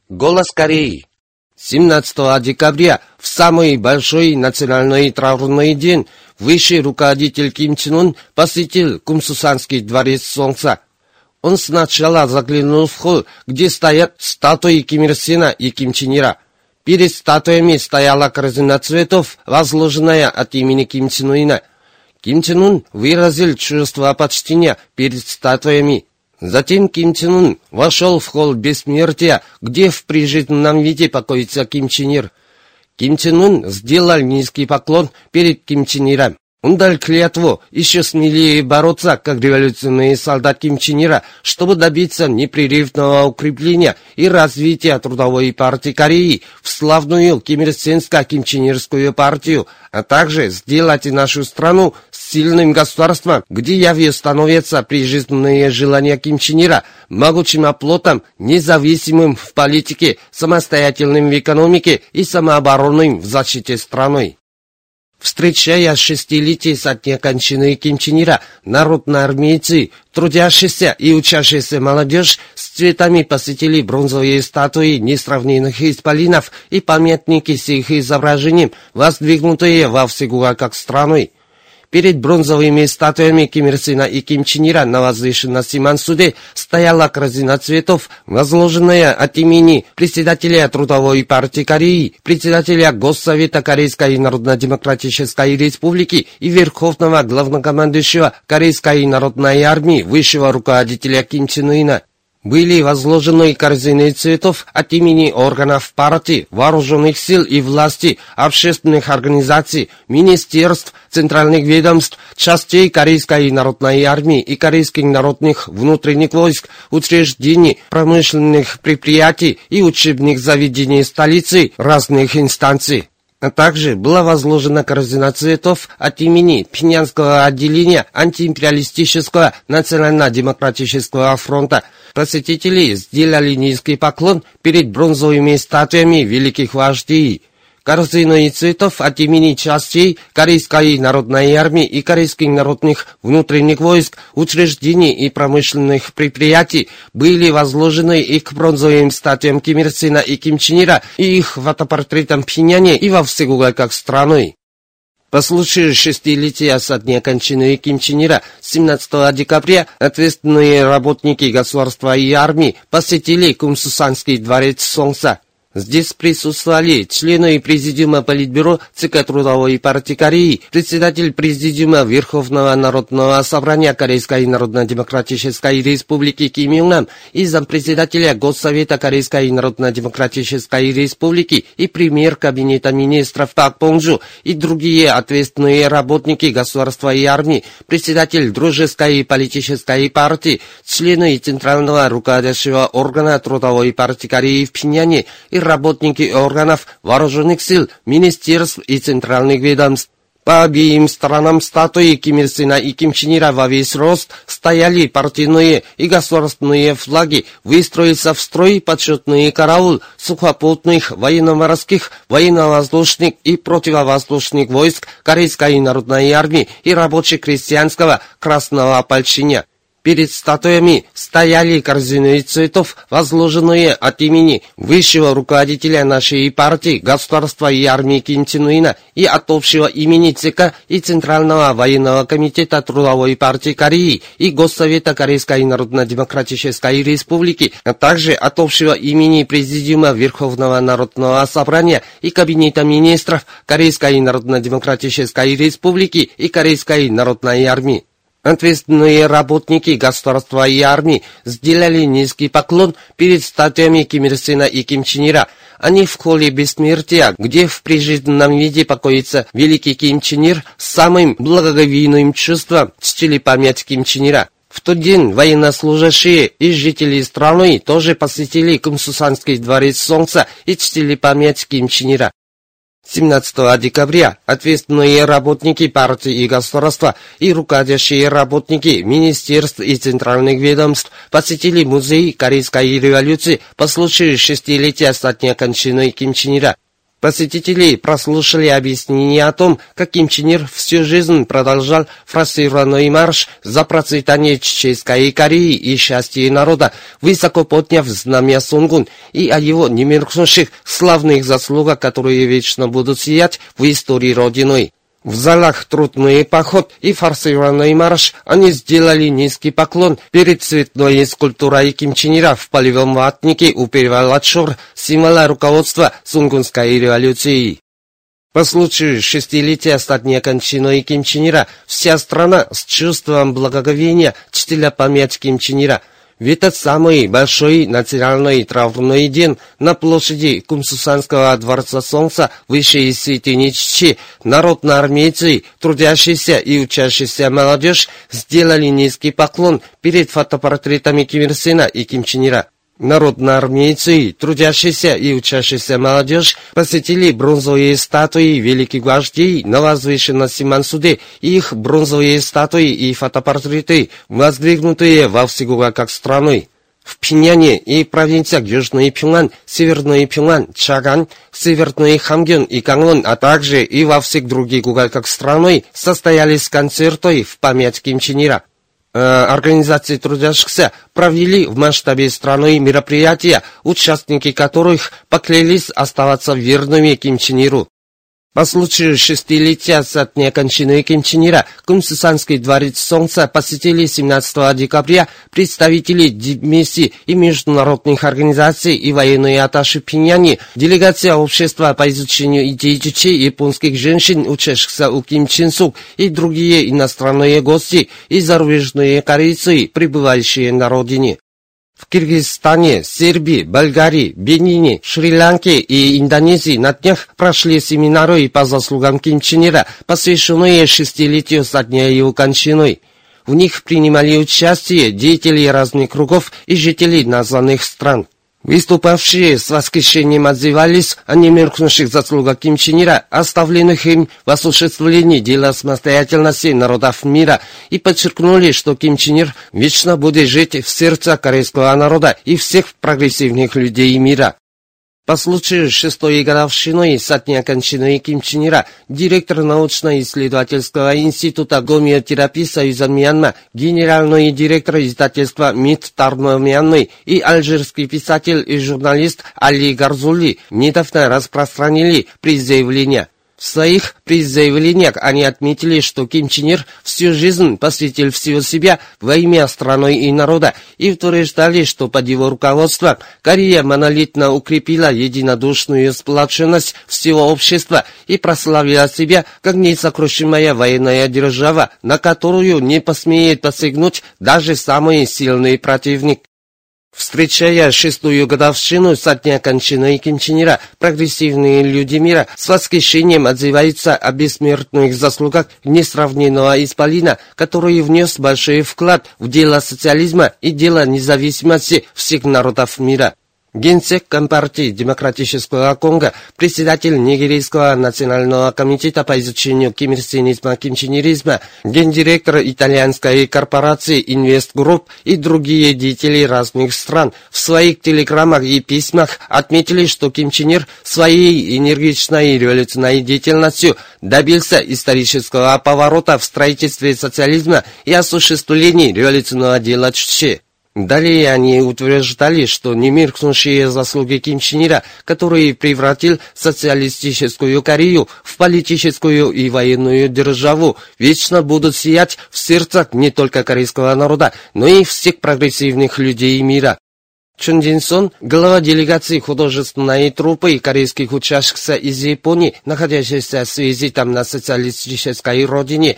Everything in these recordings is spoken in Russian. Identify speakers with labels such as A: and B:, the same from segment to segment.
A: Голос Кореи. 17 декабря, в самый большой национальный траурный день, высший руководитель Ким Чен Ын посетил Кумсусанский дворец Солнца. Он сначала заглянул в холл, где стоят статуи Ким Ир Сена и Ким Чен Ира. Перед статуями стояла корзина цветов, возложенная от имени Ким Чен Ына. Ким Чен Ын выразил чувство почтения перед статуями. Затем Ким Чен Ын вошел в холл бессмертия, где в прижизненном виде покоится Ким Чен Ир. Ким Чен Ын сделал низкий поклон перед Ким Чен Иром. Он дал клятву еще смелее бороться, как революционный солдат Ким Чен Ира, чтобы добиться непрерывного укрепления и развития Трудовой партии Кореи в славную Ким Ир Сенско-Ким Чен Ирскую партию, а также сделать нашу страну сильным государством, где явью становятся прижизненные желания Ким Чен Ира, могучим оплотом, независимым в политике, самостоятельным в экономике и самооборонным в защите страны. Встречая шестилетие со дня кончины Ким Чен Ира, народноармейцы, трудящиеся и учащиеся молодежь с цветами посетили бронзовые статуи несравненных исполинов и памятники с их изображением, воздвигнутые во всех уголках страны. Перед бронзовыми статуями Ким Ир Сена и Ким Чен Ира на возвышенности Мансуде стояла корзина цветов, возложенная от имени председателя Трудовой партии Кореи, председателя Госсовета Корейской Народно-Демократической Республики и верховного главнокомандующего Корейской народной армии, высшего руководителя Ким Чен Ына. Были возложены корзины цветов от имени органов партии, вооруженных сил и власти, общественных организаций, министерств, центральных ведомств, частей Корейской народной армии и корейских народных внутренних войск, учреждений, промышленных предприятий и учебных заведений столицы, разных инстанций. А также была возложена корзина цветов от имени Пхеньянского отделения антиимпериалистического национально-демократического фронта. Посетители сделали низкий поклон перед бронзовыми статуями великих вождей. Корзиной цветов от имени частей Корейской народной армии и корейских народных внутренних войск, учреждений и промышленных предприятий были возложены и к бронзовым статуям Ким Ир Сена и Ким Чен Ира и их фотопортретам в Пхеньяне и во всех уголках страны. По случаю шестилетия со дня кончины Ким Чен Ира 17 декабря ответственные работники государства и армии посетили Кумсусанский дворец Солнца. Здесь присутствовали члены президиума Политбюро ЦК Трудовой партии Кореи, председатель президиума Верховного народного собрания Корейской Народно-Демократической Республики Ким Ил Нам и зампредседателя Госсовета Корейской Народно-Демократической Республики и премьер Кабинета министров Пак Бон Чжу и другие ответственные работники государства и армии, председатель Дружеской политической партии, члены Центрального руководящего органа Трудовой партии Кореи в Пхеньяне и работники органов вооруженных сил, министерств и центральных ведомств. По обеим сторонам статуи Ким Ир Сена и Ким Чен Ира во весь рост стояли партийные и государственные флаги, выстроился в строй почетный караул сухопутных, военно-морских, военно-воздушных и противовоздушных войск Корейской народной армии и рабоче-крестьянского красного ополчения. Перед статуями стояли корзины цветов, возложенные от имени высшего руководителя нашей партии, государства и армии Ким Чен Ына и от общего имени ЦК и Центрального военного комитета Трудовой партии Кореи и Госсовета Корейской Народно-Демократической Республики, а также от общего имени Президиума Верховного народного собрания и Кабинета министров Корейской Народно-Демократической Республики и Корейской народной армии. Ответственные работники государства и армии сделали низкий поклон перед статуями Ким Ир Сена и Ким Чен Ира. Они в холле бессмертия, где в прижизненном виде покоится великий Ким Чен Ир, с самым благоговейным чувством чтили память Ким Чен Ира. В тот день военнослужащие и жители страны тоже посетили Кумсусанский дворец Солнца и чтили память Ким Чен Ира. 17 декабря ответственные работники партии и государства и руководящие работники министерств и центральных ведомств посетили музей Корейской революции по случаю шестилетия со дня кончины Ким Чен Ира. Посетители прослушали объяснение о том, как Ким Чен Ир всю жизнь продолжал форсированный марш за процветание Чеченской Кореи и счастье народа, высоко подняв знамя Сунгун, и о его немеркнувших славных заслугах, которые вечно будут сиять в истории Родины. В залах трудный поход и форсированный марш они сделали низкий поклон перед цветной скульптурой Ким Чен Ира в полевом ватнике у перевала Чор, символа руководства Сунгунской революции. По случаю шестилетия со дня кончины Ким Чен Ира вся страна с чувством благоговения чтила память Ким Чен Ира. В этот самый большой национальный траурный день на площади Кумсусанского дворца Солнца высшей святыни Чечи народноармейцы, трудящиеся и учащиеся молодежь сделали низкий поклон перед фотопортретами Ким Ир Сена и Ким Чен Ира. Народноармейцы, трудящиеся и учащиеся молодежь посетили бронзовые статуи великих вождей на возвышенности Мансуде и их бронзовые статуи и фотопортреты, воздвигнутые во всех уголках страны. В Пхеньяне и провинциях Южный Пхеньян, Северный Пхеньян, Чаган, Северный Хамгён и Гангвон, а также и во всех других уголках страны состоялись концерты в память Ким Чен Ира. Организации трудящихся провели в масштабе страны мероприятия, участники которых поклялись оставаться верными Ким Чен Иру. По случаю шестилетия со дня кончины Ким Чен Ира Кумсусанский дворец Солнца посетили 17 декабря представители дипмиссий и международных организаций и военные атташе Пхеньяне, делегация общества по изучению идей Чечи японских женщин, учащихся у Ким Чен Сук, и другие иностранные гости и зарубежные корейцы, прибывающие на родине. В Киргизстане, Сербии, Болгарии, Бенине, Шри-Ланке и Индонезии на днях прошли семинары по заслугам Ким Чен Ира, посвященные шестилетию со дня его кончины. В них принимали участие деятели разных кругов и жители названных стран. Выступавшие с восхищением отзывались о немеркнувших заслугах Ким Чен Ира, оставленных им в осуществлении дела самостоятельности народов мира, и подчеркнули, что Ким Чен Ир вечно будет жить в сердце корейского народа и всех прогрессивных людей мира. По случаю шестой годовщины со дня кончины Ким Чен Ира директор научно-исследовательского института гомеотерапии Союза Мьянма, генеральный директор издательства МИД Тарно Мьянмы и алжирский писатель и журналист Али Гарзули недавно распространили пресс-заявление. В своих пресс-заявлениях они отметили, что Ким Чен Ир всю жизнь посвятил всего себя во имя страны и народа, и утверждали, что под его руководством Корея монолитно укрепила единодушную сплоченность всего общества и прославила себя как несокрушимая военная держава, на которую не посмеет посягнуть даже самый сильный противник. Встречая шестую годовщину со дня кончины Ким Чен Ира, прогрессивные люди мира с восхищением отзываются о бессмертных заслугах несравненного исполина, который внес большой вклад в дело социализма и дело независимости всех народов мира. Генсек Компартии Демократического Конго, председатель Нигерийского национального комитета по изучению кимирсинизма, кимченеризма, гендиректор итальянской корпорации Инвестгрупп и другие деятели разных стран в своих телеграммах и письмах отметили, что Ким Чен Ир своей энергичной революционной деятельностью добился исторического поворота в строительстве социализма и осуществлении революционного дела Чечи. Далее они утверждали, что немеркнувшие заслуги Ким Чен Ира, который превратил социалистическую Корею в политическую и военную державу, вечно будут сиять в сердцах не только корейского народа, но и всех прогрессивных людей мира. Чун Джин Сон, глава делегации художественной труппы корейских учащихся из Японии, находящихся с визитом на социалистической родине,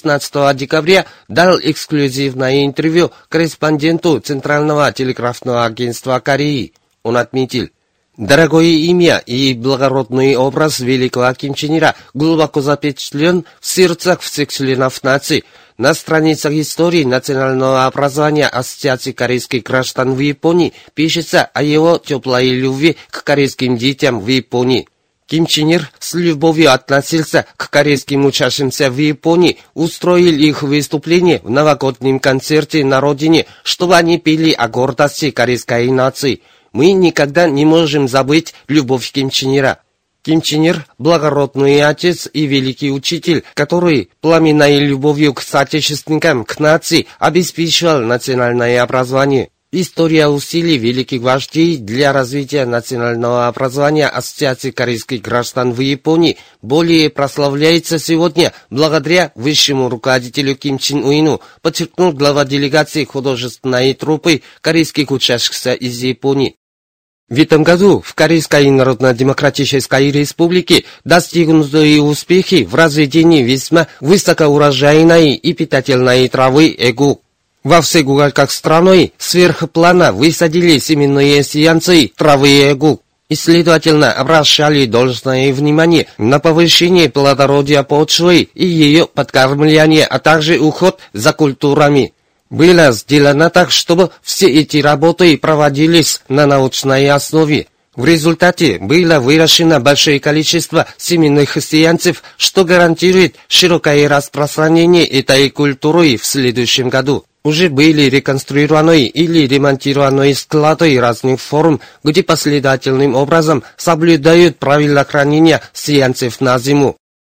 A: 16 декабря дал эксклюзивное интервью корреспонденту Центрального телеграфного агентства Кореи. Он отметил: «Дорогое имя и благородный образ великого Ким Чен Ира глубоко запечатлен в сердцах всех членов нации. На страницах истории национального образования Ассоциации корейских граждан в Японии пишется о его теплой любви к корейским детям в Японии. Ким Чен Ир с любовью относился к корейским учащимся в Японии, устроил их выступление в новогоднем концерте на родине, чтобы они пели о гордости корейской нации. Мы никогда не можем забыть любовь Ким Чен Ира». Ким Чен Ир – благородный отец и великий учитель, который пламенной любовью к соотечественникам, к нации, обеспечивал национальное образование. История усилий великих вождей для развития национального образования Ассоциации корейских граждан в Японии более прославляется сегодня благодаря высшему руководителю Ким Чен Ыну, подчеркнул глава делегации художественной труппы корейских учащихся из Японии. В этом году в Корейской Народно-Демократической Республике достигнуты успехи в разведении весьма высокоурожайной и питательной травы эгу. Во всех уголках страны сверхплана высадили семенные сеянцы травы эгу и, следовательно, обращали должное внимание на повышение плодородия почвы и ее подкармливание, а также уход за культурами. Было сделано так, чтобы все эти работы проводились на научной основе. В результате было выращено большое количество семенных сеянцев, что гарантирует широкое распространение этой культуры в следующем году. Уже были реконструированы или ремонтированы склады разных форм, где последовательным образом соблюдают правила хранения сеянцев на зиму.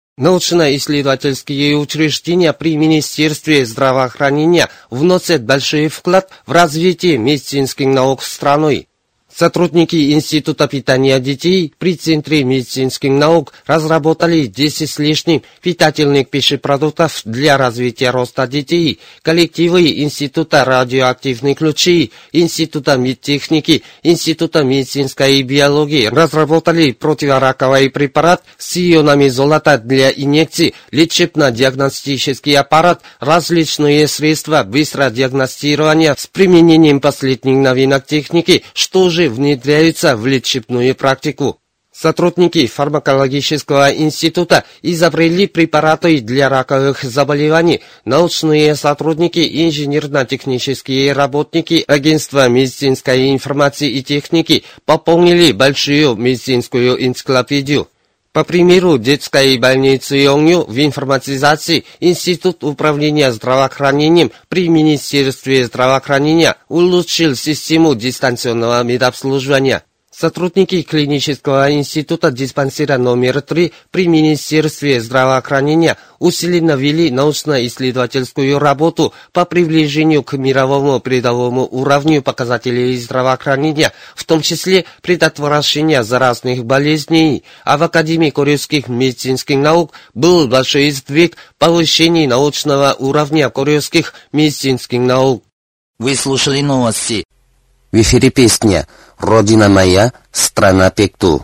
A: Научно-исследовательские учреждения при Министерстве здравоохранения вносят большой вклад в развитие медицинских наук страны. Сотрудники Института питания детей при Центре медицинских наук разработали 10 с лишним питательных пищепродуктов для развития роста детей. Коллективы Института радиоактивных лучей, Института медтехники, Института медицинской биологии разработали противораковый препарат с ионами золота для инъекций, лечебно-диагностический аппарат, различные средства быстродиагностирования с применением последних новинок техники, что уже внедряются в лечебную практику. Сотрудники фармакологического института изобрели препараты для раковых заболеваний. Научные сотрудники, инженерно-технические работники Агентства медицинской информации и техники пополнили большую медицинскую энциклопедию. По примеру детской больницы Йонью в информатизации Институт управления здравоохранением при Министерстве здравоохранения улучшил систему дистанционного медобслуживания. Сотрудники клинического института диспансера номер 3 при Министерстве здравоохранения усиленно вели научно-исследовательскую работу по приближению к мировому передовому уровню показателей здравоохранения, в том числе предотвращения заразных болезней, а в Академии корейских медицинских наук был большой сдвиг повышения научного уровня корейских медицинских наук.
B: Вы слушали новости.
A: В эфире песня «Родина моя, страна Пекту».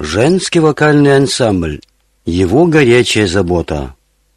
C: Женский вокальный ансамбль. Его горячая забота.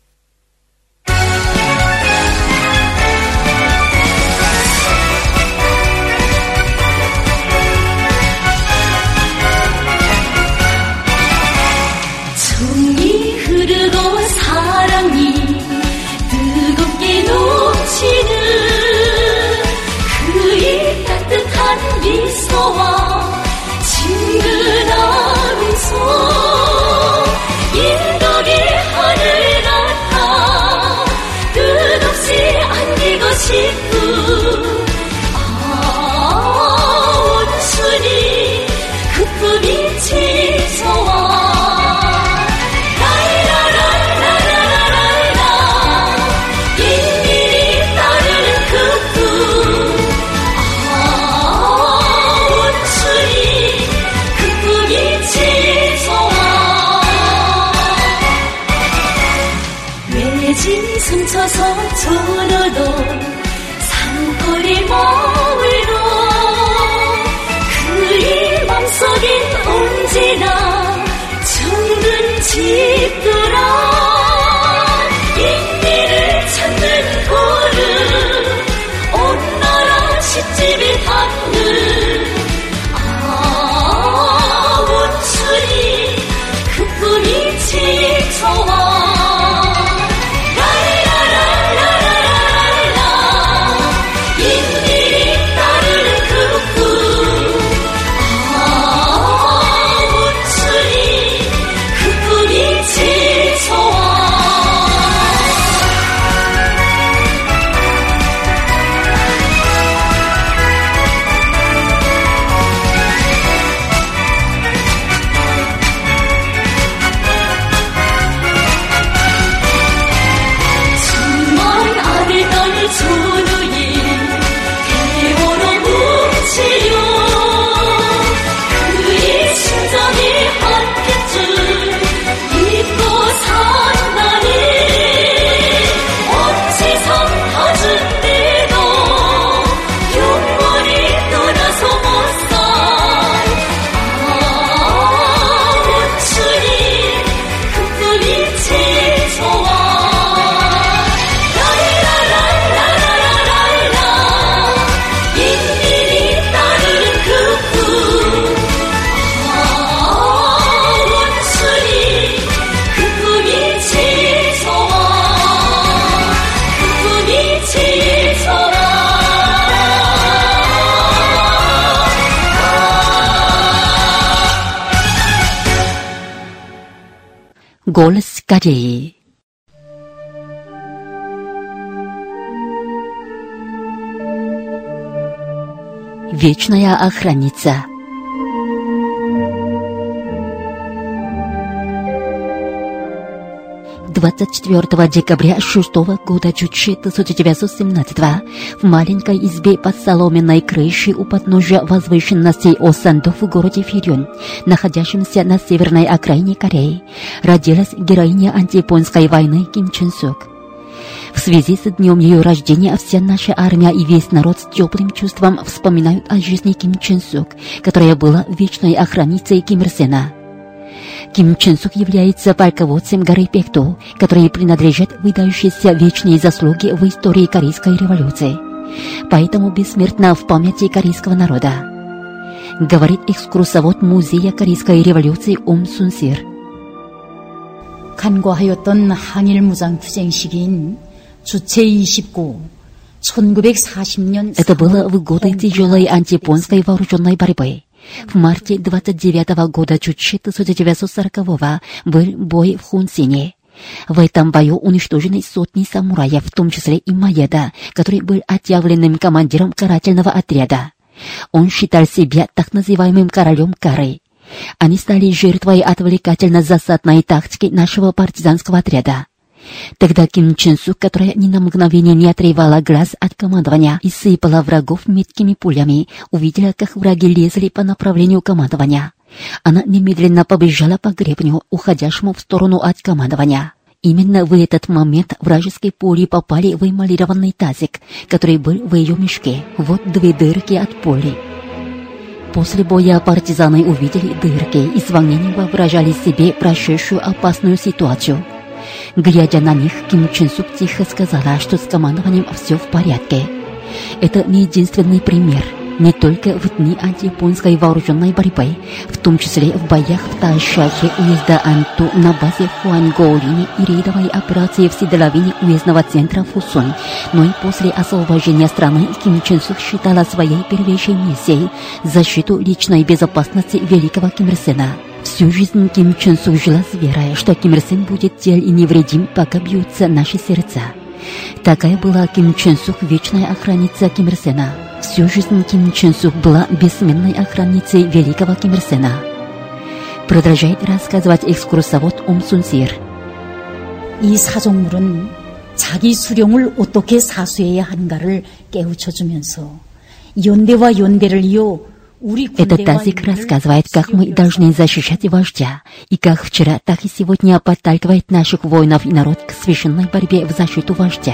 D: Голос Кореи. Вечная охранница. «24 декабря 6 года 1917 в маленькой избе под соломенной крышей у подножия возвышенностей Осандо в городе Фирюн, находящемся на северной окраине Кореи, родилась героиня антияпонской войны Ким Чен Сук. В связи с днем ее рождения вся наша армия и весь народ с теплым чувством вспоминают о жизни Ким Чен Сук, которая была вечной охранницей Ким Ир Сена. Ким Чен Сук является полководцем горы Пекто, которой принадлежат выдающиеся вечные заслуги в истории Корейской революции. Поэтому бессмертна в памяти корейского народа. Говорит экскурсовод Музея Корейской революции Ом Сун Сир.
E: 간과하였던 한일 무장투쟁 시기인 주체 29, 1940년.
D: Это было в годы тяжелой антияпонской вооруженной борьбы. В марте 29 года 1940-го был бой в Хунсине. В этом бою уничтожены сотни самураев, в том числе и Маеда, который был отъявленным командиром карательного отряда. Он считал себя так называемым королем Коры. Они стали жертвой отвлекательно-засадной тактики нашего партизанского отряда. Тогда Ким Чен Сук, которая ни на мгновение не отрывала глаз от командования и сыпала врагов меткими пулями, увидела, как враги лезли по направлению командования. Она немедленно побежала по гребню, уходящему в сторону от командования. Именно в этот момент вражеские пули попали в эмалированный тазик, который был в ее мешке. Вот две дырки от пули. После боя партизаны увидели дырки и с волнением воображали себе прошедшую опасную ситуацию. Глядя на них, Ким Чен Сук тихо сказала, что с командованием все в порядке. Это не единственный пример. Не только в дни антияпонской вооруженной борьбы, в том числе в боях в Тайшахе уезда Анту на базе Хуангоулине и рейдовой операции в седловине уездного центра Фусун, но и после освобождения страны Ким Чен Сук считала своей первейшей миссией защиту личной безопасности великого Ким Ир Сена. Всю жизнь Ким Чен Сук жила с верой, что Ким Ир Сен будет цел и невредим, пока бьются наши сердца. Такая была Ким Чен Сук, вечная охранница Ким Ир Сена. Всю жизнь Ким Чен Сук была бессменной охранницей великого Ким Ир Сена. Продолжает рассказывать экскурсовод Ом Сун Сир.
E: 이 사종물은 자기 수령을 어떻게 사수해야 하는가를 깨우쳐주면서 연대와 연대를 이어
D: Этот тазик рассказывает, как мы должны защищать вождя, и как вчера, так и сегодня подталкивает наших воинов и народ к священной борьбе в защиту вождя.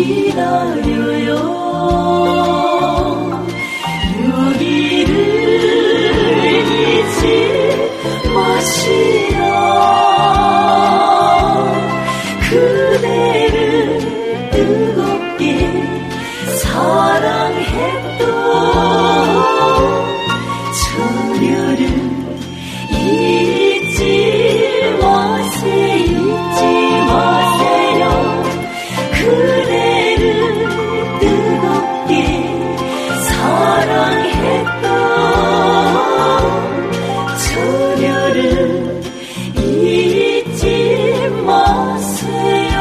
F: 기다려요. 여기를 잊지 마시라. 그대를 뜨겁게 사랑했던 처녀를 잊지 마세요. 잊지 마세요. 그대를 뜨겁게 사랑했던 처녀를 잊지 마세요.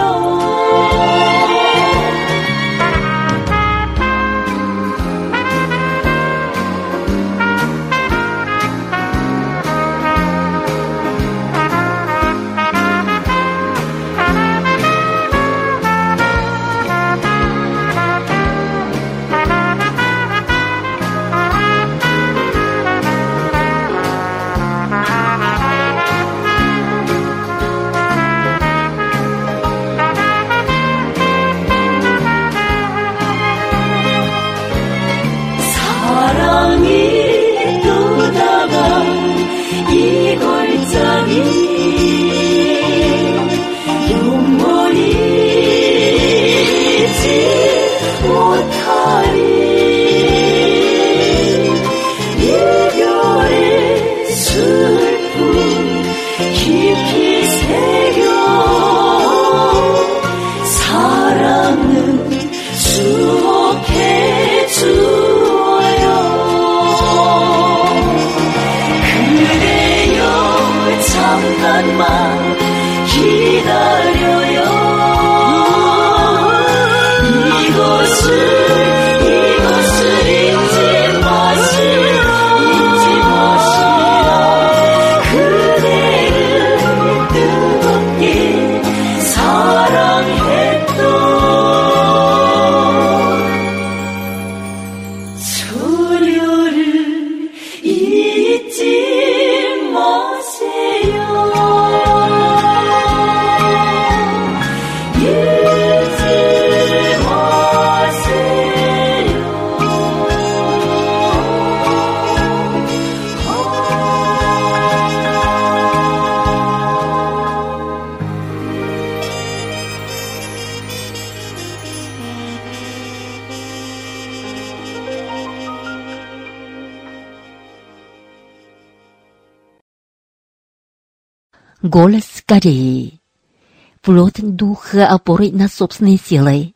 F: 사랑이 떠나간 이 골짜기 영원히 잊지 못하리. 이별의 슬픔 깊이 새겨 사랑은 수억해 주어요. 그대여 잠깐만 기다려요. 이것을 잊지 마시라. 잊지 마시라. 그대를 뜨겁게 사랑했던 처녀를 잊지 마세요. 잊지
D: Голос Кореи. Плод духа, опорой на собственные силы.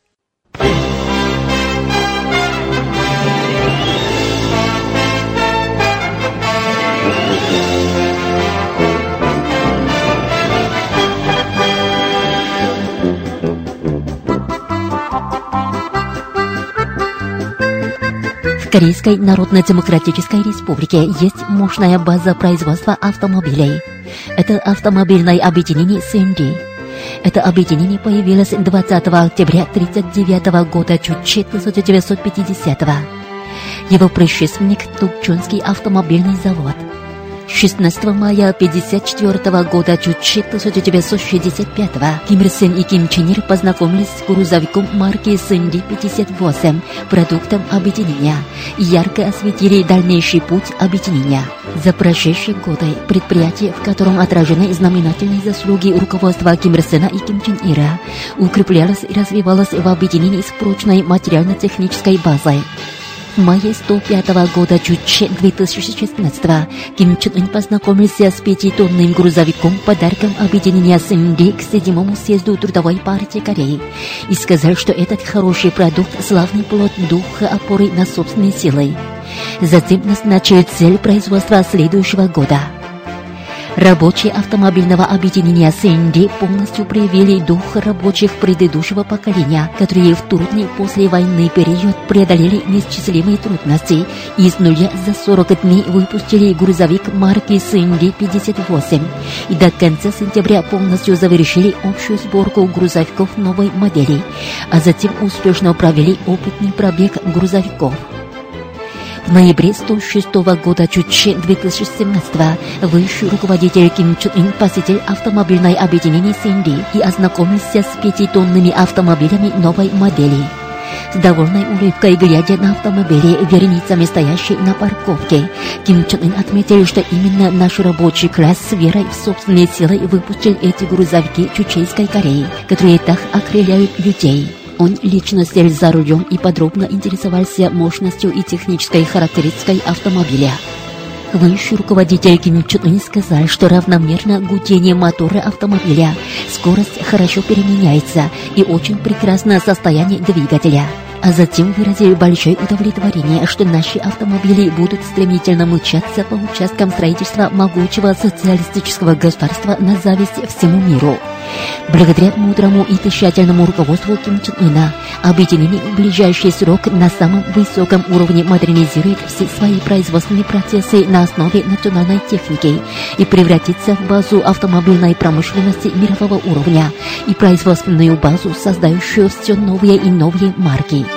D: В Корейской Народно-Демократической Республике есть мощная база производства автомобилей. Это автомобильное объединение СНД. Это объединение появилось 20 октября 1939 года Чучхе 1950. Его предшественник – Тукчонский автомобильный завод. 16 мая 1954 года Чучхе 1965 Ким Ир Сен и Ким Чен Ир познакомились с грузовиком марки СНД-58, продуктом объединения, и ярко осветили дальнейший путь объединения. За прошедшие годы предприятие, в котором отражены знаменательные заслуги руководства Ким Ир Сена и Ким Чен Ира, укреплялось и развивалось в объединении с прочной материально-технической базой. В мае 105 года Чучхе 2016 Ким Чен Ын познакомился с 5-тонным грузовиком, подарком объединения СНД к 7-му съезду Трудовой партии Кореи, и сказал, что этот хороший продукт – славный плод духа, опоры на собственные силы. Затем назначил цель производства следующего года. Рабочие автомобильного объединения СНД полностью проявили дух рабочих предыдущего поколения, которые в трудный послевоенный период преодолели неисчислимые трудности и с нуля за 40 дней выпустили грузовик марки СНД-58 и до конца сентября полностью завершили общую сборку грузовиков новой модели, а затем успешно провели опытный пробег грузовиков. В ноябре 106 года, чуть 2017, высший руководитель Ким Чен Ын посетил автомобильное объединение Синди и ознакомился с 5-тонными автомобилями новой модели. С довольной улыбкой, глядя на автомобили, вереницами стоящие на парковке, Ким Чен Ын отметил, что именно наш рабочий класс с верой в собственные силы выпустил эти грузовики Чучейской Кореи, которые так окрыляют людей. Он лично сел за рулем и подробно интересовался мощностью и технической характеристикой автомобиля. Высший руководитель Ким Чен Ын сказал, что равномерно гудение мотора автомобиля, скорость хорошо переменяется и очень прекрасное состояние двигателя. А затем выразили большое удовлетворение, что наши автомобили будут стремительно мчаться по участкам строительства могучего социалистического государства на зависть всему миру. Благодаря мудрому и тщательному руководству Ким Чен Ына, объединение в ближайший срок на самом высоком уровне модернизирует все свои производственные процессы на основе национальной техники и превратится в базу автомобильной промышленности мирового уровня и производственную базу, создающую все новые и новые марки.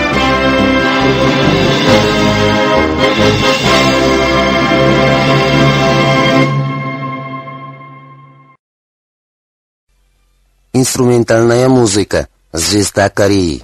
A: Инструментальная музыка. Звезда Кореи.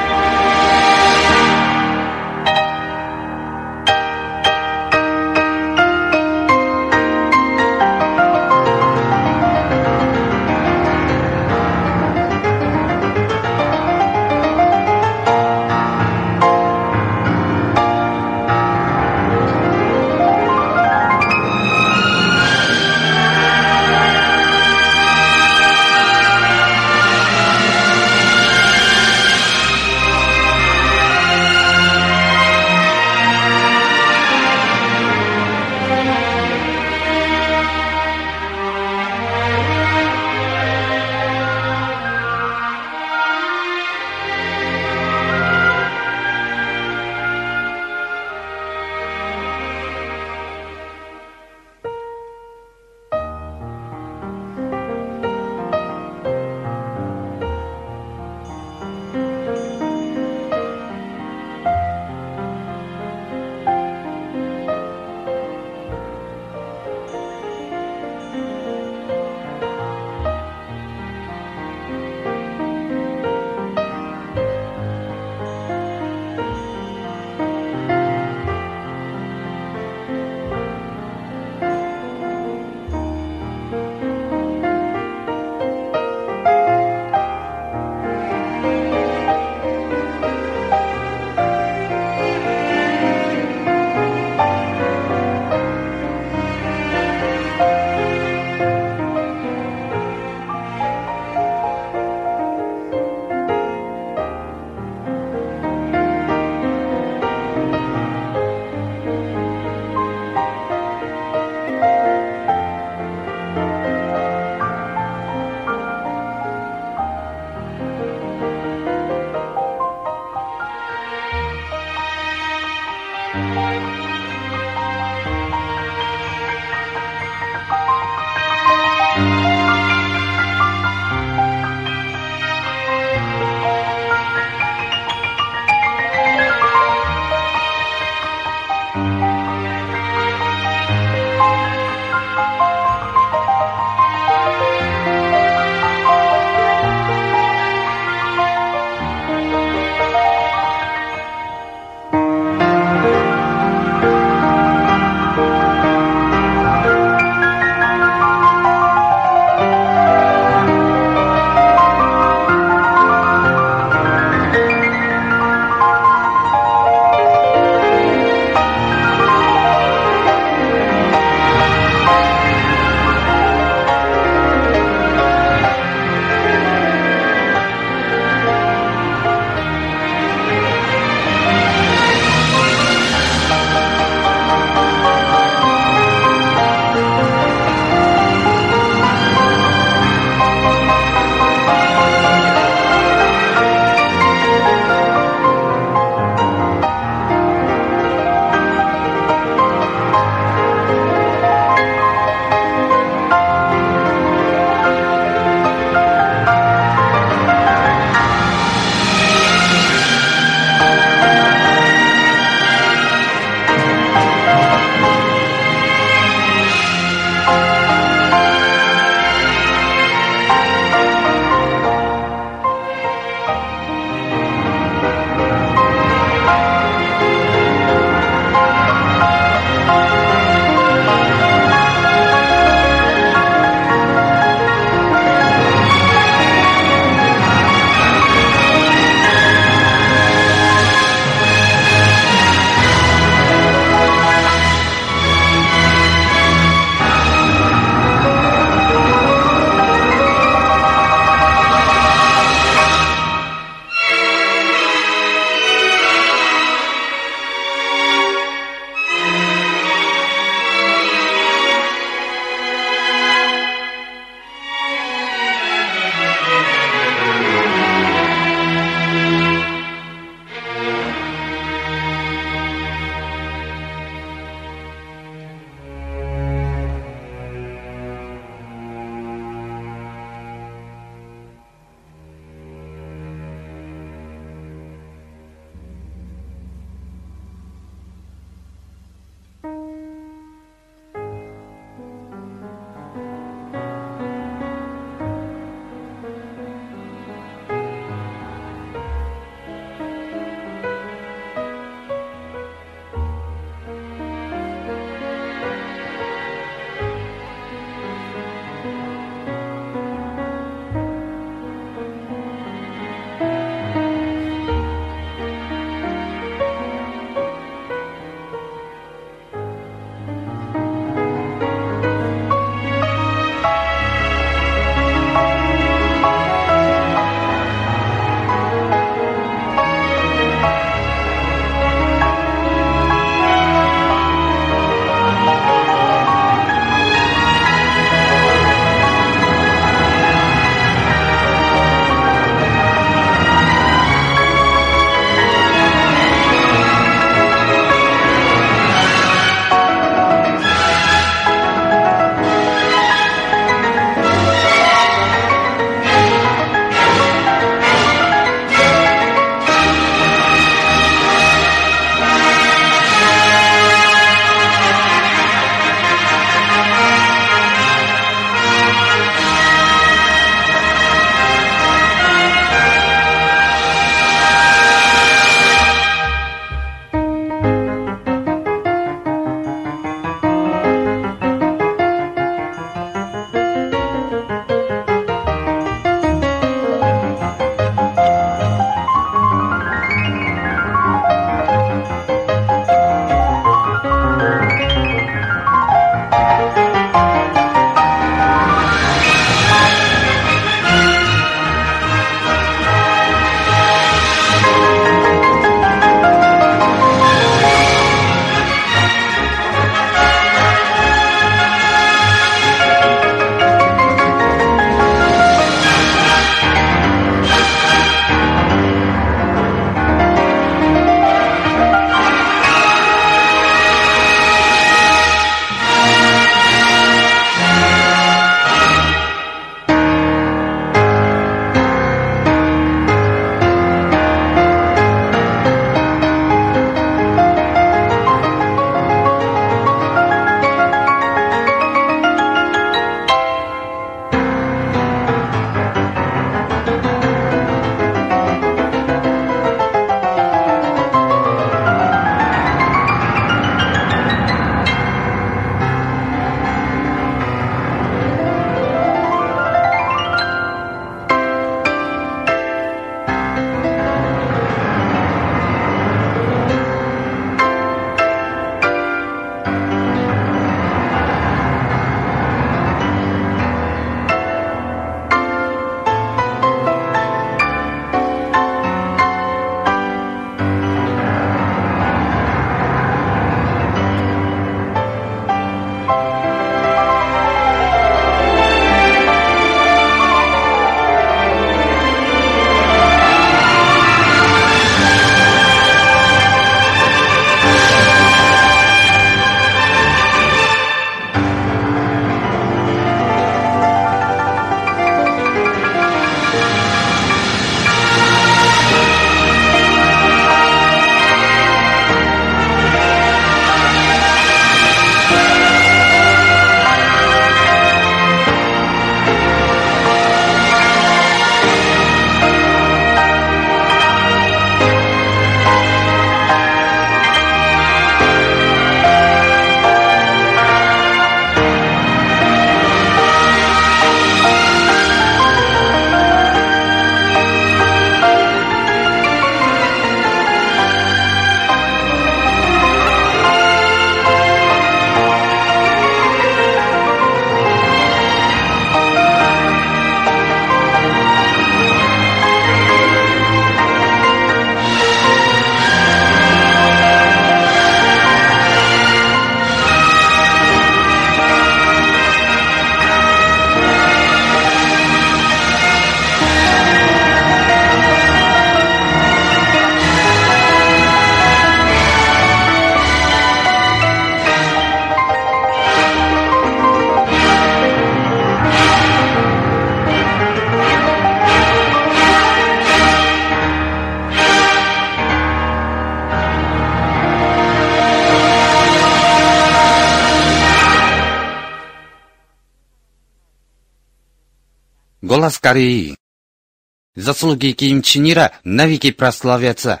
B: Голос Кореи. Заслуги Ким Чен Ира навеки прославятся.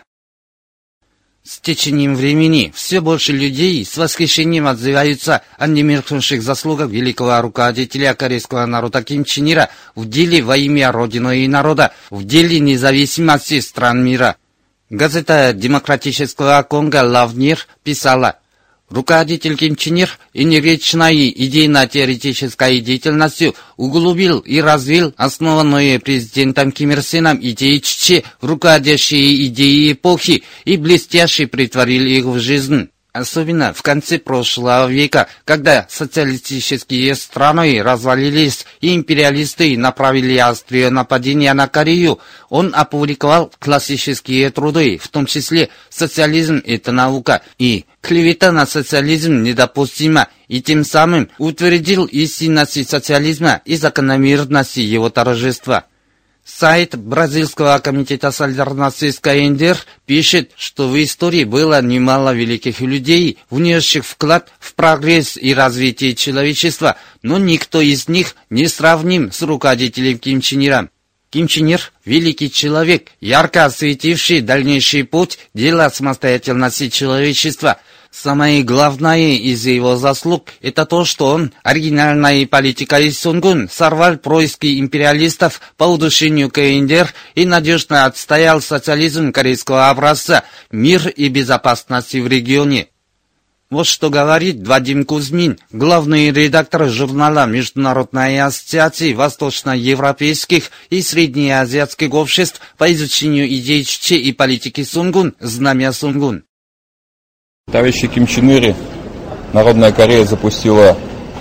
B: С течением времени все больше людей с восхищением отзываются о немеркнувших заслугах великого руководителя корейского народа Ким Чен Ира в деле во имя Родины и народа, в деле независимости стран мира. Газета Демократического Конго «Лавнир» писала: руководитель Ким Чен Ир энергичной идейно-теоретической деятельностью углубил и развил основанные президентом Ким Ир Сеном идеи Чучхе в руководящие идеи эпохи и блестяще претворил их в жизнь. Особенно в конце прошлого века, когда социалистические страны развалились и империалисты направили острое нападение на Корею, он опубликовал классические труды, в том числе «Социализм – это наука» и «Клевета на социализм недопустима», и тем самым утвердил истинность социализма и закономерность его торжества. Сайт Бразильского комитета солидарности с КНДР пишет, что в истории было немало великих людей, внесших вклад в прогресс и развитие человечества, но никто из них не сравним с руководителем Ким Чен Иром. Ким Чен Ир – великий человек, ярко осветивший дальнейший путь дела самостоятельности человечества. Самое главное из его заслуг – это то, что он оригинальной политикой Сунгун сорвал происки империалистов по удушению КНДР и надежно отстоял социализм корейского образца, мир и безопасность в регионе. Вот что говорит Вадим Кузьмин, главный редактор журнала Международной ассоциации восточноевропейских и среднеазиатских обществ по изучению идей Чучхе и политики Сунгун «Знамя Сунгун».
G: Товарищи Ким Чен Ире, Народная Корея запустила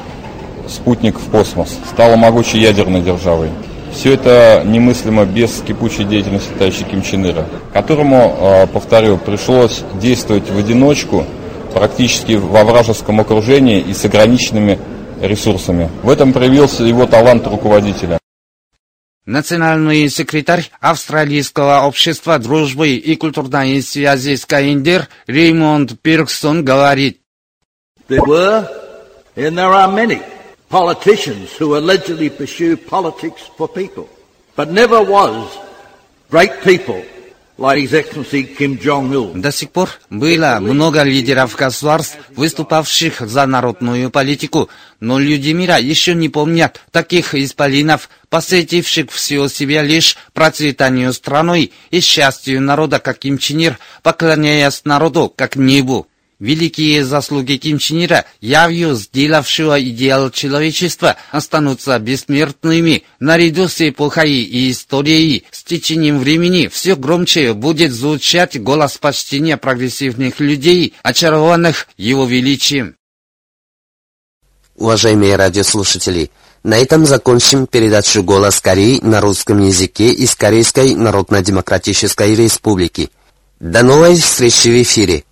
G: спутник в космос, стала могучей ядерной державой. Все это немыслимо без кипучей деятельности товарища Ким Чен Ира, которому, повторю, пришлось действовать в одиночку, практически во вражеском окружении и с ограниченными ресурсами. В этом проявился его талант руководителя.
B: Национальный секретарь Австралийского общества дружбы и культурной связи с КНДР Реймонд Пирксон говорит:
H: There were, and there are many, politicians who allegedly pursue politics for people, but never was great people like His Excellency Kim Jong-il.
B: До сих пор было много лидеров государств, выступавших за народную политику, но люди мира еще не помнят таких исполинов, посвятивших все себя лишь процветанию страны и счастью народа, как Ким Чен Ир, поклоняясь народу, как небу. Великие заслуги Ким Чен Ира, явью сделавшего идеал человечества, останутся бессмертными. Наряду с эпохой и историей, с течением времени все громче будет звучать голос почтения прогрессивных людей, очарованных его величием.
A: Уважаемые радиослушатели, на этом закончим передачу «Голос Кореи» на русском языке из Корейской Народно-Демократической Республики. До новой встречи в эфире.